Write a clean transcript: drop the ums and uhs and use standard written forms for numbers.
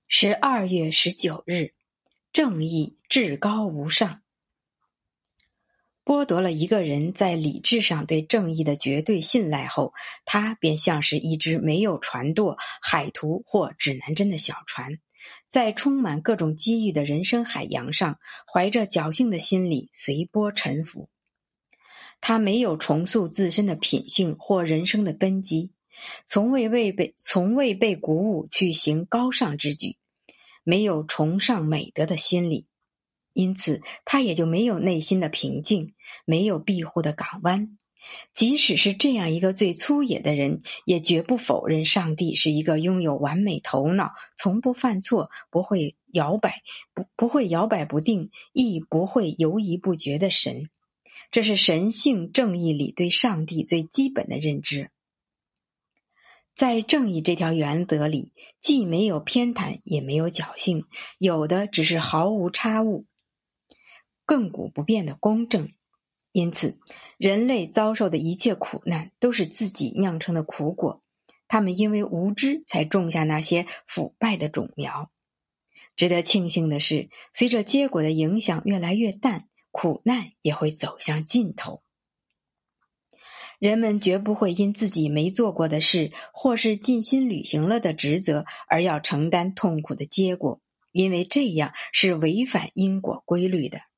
12月19日，正义至高无上。剥夺了一个人在理智上对正义的绝对信赖后，他便像是一只没有船舵、海图或指南针的小船，在充满各种机遇的人生海洋上，怀着侥幸的心理随波沉浮。他没有重塑自身的品性或人生的根基，从未被鼓舞去行高尚之举，没有崇尚美德的心理，因此他也就没有内心的平静，没有庇护的港湾。即使是这样一个最粗野的人，也绝不否认上帝是一个拥有完美头脑、从不犯错、不会摇摆不定，亦不会犹疑不决的神。这是神性正义里对上帝最基本的认知。在正义这条原则里，既没有偏袒，也没有侥幸，有的只是毫无差误、亘古不变的公正。因此，人类遭受的一切苦难都是自己酿成的苦果，他们因为无知才种下那些腐败的种苗。值得庆幸的是，随着结果的影响越来越淡，苦难也会走向尽头。人们绝不会因自己没做过的事或是尽心履行了的职责而要承担痛苦的结果，因为这样是违反因果规律的。